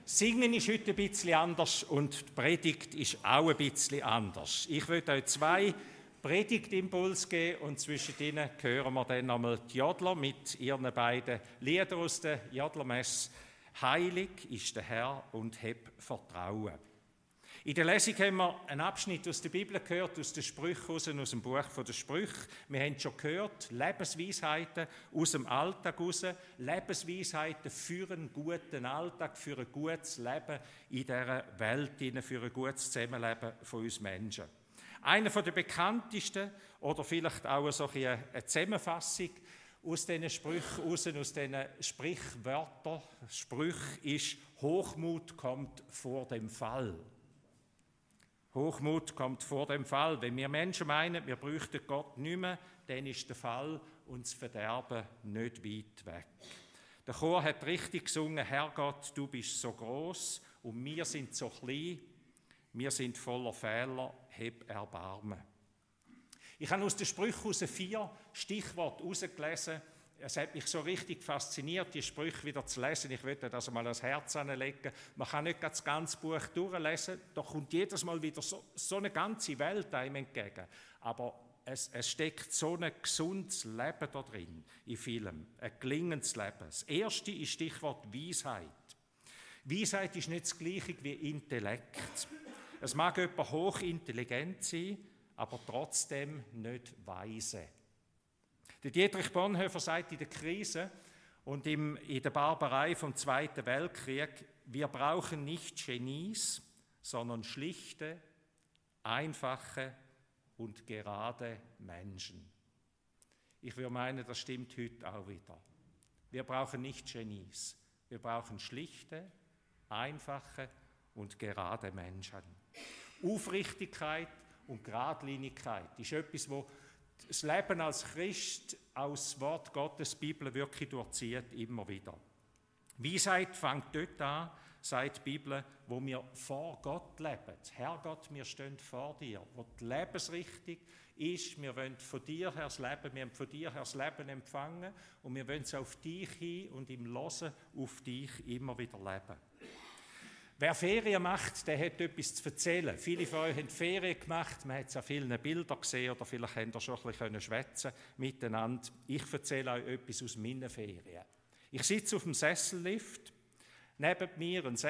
Singen ist heute ein bisschen anders und die Predigt ist auch ein bisschen anders. Ich möchte euch 2 Predigtimpulse geben und zwischen ihnen hören wir dann einmal die Jodler mit ihren beiden Liedern aus der Jodlermesse. Heilig ist der Herr und hab Vertrauen. In der Lesung haben wir einen Abschnitt aus der Bibel gehört, aus den Sprüchen, aus dem Buch der Sprüche. Wir haben schon gehört, Lebensweisheiten aus dem Alltag raus, Lebensweisheiten für einen guten Alltag, für ein gutes Leben in dieser Welt, für ein gutes Zusammenleben von uns Menschen. Einer der bekanntesten oder vielleicht auch so eine Zusammenfassung aus diesen Sprüchen, aus diesen Sprichwörtern, Sprüche ist: Hochmut kommt vor dem Fall. Hochmut kommt vor dem Fall. Wenn wir Menschen meinen, wir bräuchten Gott nicht mehr, dann ist der Fall und das Verderben nicht weit weg. Der Chor hat richtig gesungen: Herrgott, du bist so groß und wir sind so klein, wir sind voller Fehler, hab Erbarmen. Ich habe aus den Sprüchen 4 Stichworte herausgelesen. Es hat mich so richtig fasziniert, die Sprüche wieder zu lesen. Ich möchte das mal ans Herz anlegen. Man kann nicht das ganze Buch durchlesen, da kommt jedes Mal wieder so eine ganze Welt einem entgegen. Aber es steckt so ein gesundes Leben da drin, in vielem, ein gelingendes Leben. Das erste ist Stichwort Weisheit. Weisheit ist nicht das Gleiche wie Intellekt. Es mag jemand hochintelligent sein, aber trotzdem nicht weise. Der Dietrich Bonhoeffer sagt in der Krise und in der Barbarei vom Zweiten Weltkrieg: Wir brauchen nicht Genies, sondern schlichte, einfache und gerade Menschen. Ich würde meinen, das stimmt heute auch wieder. Wir brauchen nicht Genies, wir brauchen schlichte, einfache und gerade Menschen. Aufrichtigkeit und Geradlinigkeit ist etwas, wo das Leben als Christ aus Wort Gottes, Bibel, wirklich durchzieht, immer wieder. Weisheit fängt dort an, sagt die Bibel, wo wir vor Gott leben. Herrgott, wir stehen vor dir, wo die Lebensrichtung ist. Wir wollen von dir her das Leben, wir haben von dir her das Leben empfangen und wir wollen es auf dich hin und im Hören auf dich immer wieder leben. Wer Ferien macht, der hat etwas zu erzählen. Viele von euch haben Ferien gemacht, man hat es an vielen Bildern gesehen oder vielleicht habt ihr schon ein bisschen schwätzen miteinander. Ich erzähle euch etwas aus meinen Ferien. Ich sitze auf dem Sessellift, neben mir ein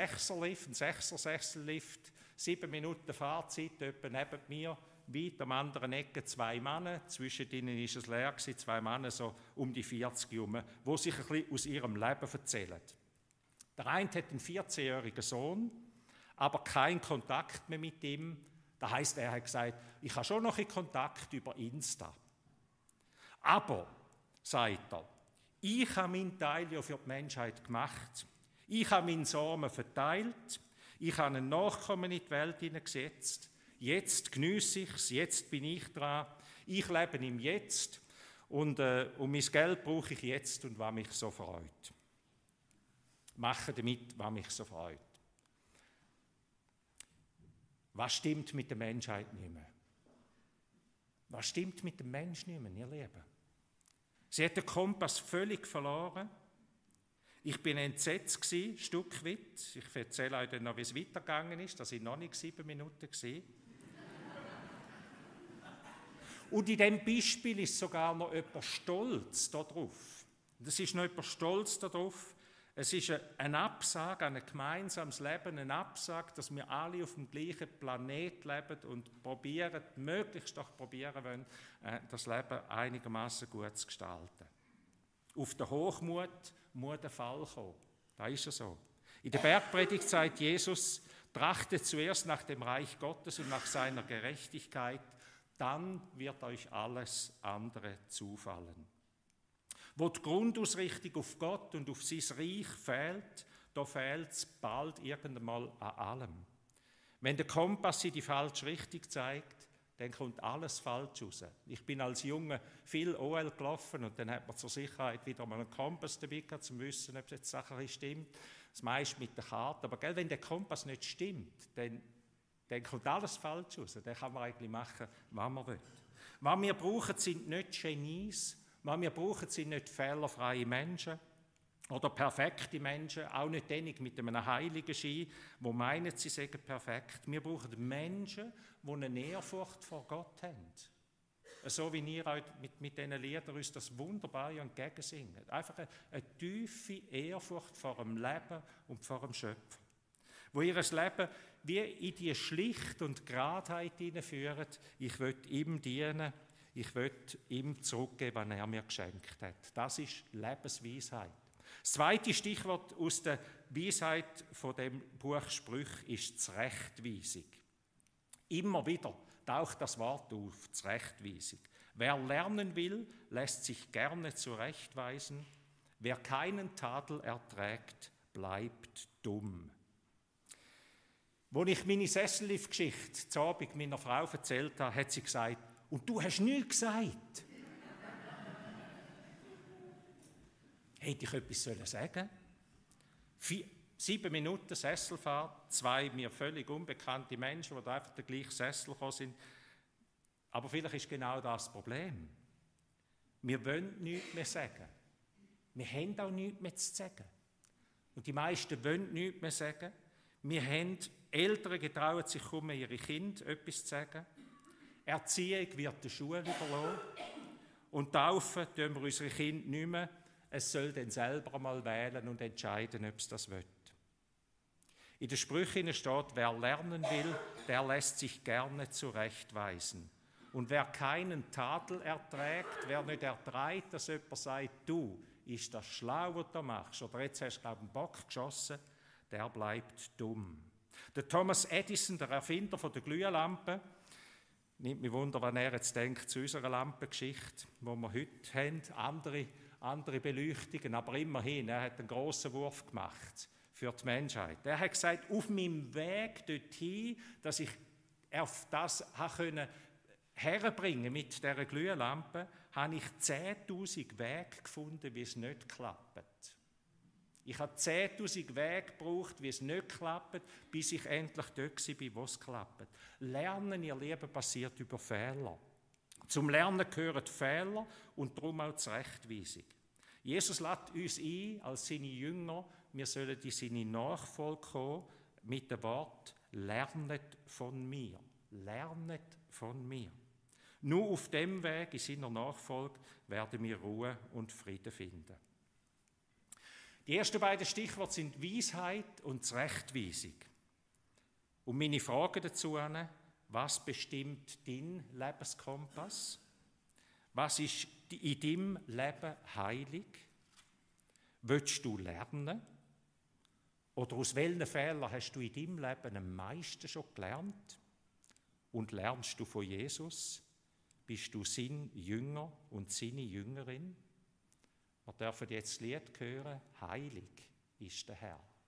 Sechser-Sessellift, 7 Minuten Fahrzeit, etwa neben mir, weit am anderen Ecke 2 Männer, zwischen ihnen war es leer, 2 Männer so um die 40 herum, die sich ein bisschen aus ihrem Leben erzählen. Der eine hat einen 14-jährigen Sohn, aber keinen Kontakt mehr mit ihm. Das heisst, er hat gesagt, ich habe schon noch einen Kontakt über Insta. Aber, sagt er, ich habe meinen Teil ja für die Menschheit gemacht. Ich habe meinen Samen verteilt. Ich habe einen Nachkommen in die Welt hineingesetzt. Jetzt geniesse ich es, jetzt bin ich dran. Ich lebe im Jetzt und mein Geld brauche ich jetzt und was mich so freut. Mache damit, was mich so freut. Was stimmt mit der Menschheit nicht mehr? Was stimmt mit dem Menschen nicht mehr, ihr Lieben? Sie hat den Kompass völlig verloren. Ich bin entsetzt gewesen, ein Stück weit. Ich erzähle euch dann noch, wie es weitergegangen ist. Das waren noch nicht 7 Minuten gewesen. Und in diesem Beispiel ist sogar noch jemand stolz darauf. Es ist noch jemand stolz darauf. Es ist eine Absage an ein gemeinsames Leben, eine Absage, dass wir alle auf dem gleichen Planet leben und möglichst doch probieren wollen, das Leben einigermaßen gut zu gestalten. Auf den Hochmut muss der Fall kommen. Das ist ja so. In der Bergpredigt sagt Jesus: Trachtet zuerst nach dem Reich Gottes und nach seiner Gerechtigkeit, dann wird euch alles andere zufallen. Wo die Grundausrichtung auf Gott und auf sein Reich fehlt, da fehlt es bald irgendwann an allem. Wenn der Kompass in die falsche Richtung zeigt, dann kommt alles falsch raus. Ich bin als Junge viel OL gelaufen und dann hat man zur Sicherheit wieder mal einen Kompass dabei gehabt, um zu wissen, ob jetzt Sachen stimmt. Das meiste mit der Karte. Aber wenn der Kompass nicht stimmt, dann kommt alles falsch raus. Dann kann man eigentlich machen, was man will. Was wir brauchen, sind nicht Genies. Was wir brauchen, sind nicht fehlerfreie Menschen. Oder perfekte Menschen, auch nicht wenig mit einem heiligen Schein, die meinen, sie seien perfekt. Wir brauchen Menschen, die eine Ehrfurcht vor Gott haben. So wie ihr euch mit diesen Liedern uns das wunderbar entgegensingt. Einfach eine tiefe Ehrfurcht vor dem Leben und vor dem Schöpfer. Wo ihr Leben wie in die Schlicht und Geradheit hineinführen. Ich will ihm dienen, ich will ihm zurückgeben, was er mir geschenkt hat. Das ist Lebensweisheit. Das zweite Stichwort aus der Weisheit von dem Buch Sprüche ist Zurechtweisung. Immer wieder taucht das Wort auf, Zurechtweisung. Wer lernen will, lässt sich gerne zurechtweisen. Wer keinen Tadel erträgt, bleibt dumm. Als ich meine Sessellift-Geschichte zu Abend meiner Frau erzählt habe, hat sie gesagt, und du hast nichts gesagt. Hätte ich etwas sagen sollen? 7 Minuten Sesselfahrt, 2 mir völlig unbekannte Menschen, die da einfach den gleichen Sessel gekommen sind. Aber vielleicht ist genau das Problem. Wir wollen nichts mehr sagen. Wir haben auch nichts mehr zu sagen. Und die meisten wollen nichts mehr sagen. Wir haben Eltern getrauen sich kaum ihre Kinder etwas zu sagen. Erziehung wird der Schule überlassen. Und taufen tun wir unsere Kinder nicht mehr. Es soll dann selber mal wählen und entscheiden, ob es das will. In den Sprüchen steht, wer lernen will, der lässt sich gerne zurechtweisen. Und wer keinen Tadel erträgt, wer nicht erträgt, dass jemand sagt, du, ist das schlau, was du machst, oder jetzt hast du, glaube ich, einen Bock geschossen, der bleibt dumm. Der Thomas Edison, der Erfinder der Glühlampe, nimmt mich wunder, was er jetzt denkt zu unserer Lampengeschichte, die wir heute haben, andere Beleuchtungen, aber immerhin, er hat einen grossen Wurf gemacht für die Menschheit. Er hat gesagt, auf meinem Weg dorthin, dass ich auf das herbringen mit dieser Glühlampe, habe ich 10'000 Wege gefunden, wie es nicht klappt. Ich habe 10'000 Wege gebraucht, wie es nicht klappt, bis ich endlich dort war, wo es klappt. Lernen, ihr Lieben, passiert über Fehler. Zum Lernen gehören Fehler und darum auch Zurechtweisung. Jesus lädt uns ein, als seine Jünger, wir sollen in seine Nachfolge kommen, mit dem Wort, lernet von mir. Lernet von mir. Nur auf dem Weg in seiner Nachfolge werden wir Ruhe und Frieden finden. Die ersten beiden Stichworte sind Weisheit und Zurechtweisung. Und meine Frage dazu: Was bestimmt dein Lebenskompass? Was ist in deinem Leben heilig? Willst du lernen? Oder aus welchen Fehlern hast du in deinem Leben am meisten schon gelernt? Und lernst du von Jesus? Bist du sein Jünger und seine Jüngerin? Wir dürfen jetzt das Lied hören, heilig ist der Herr.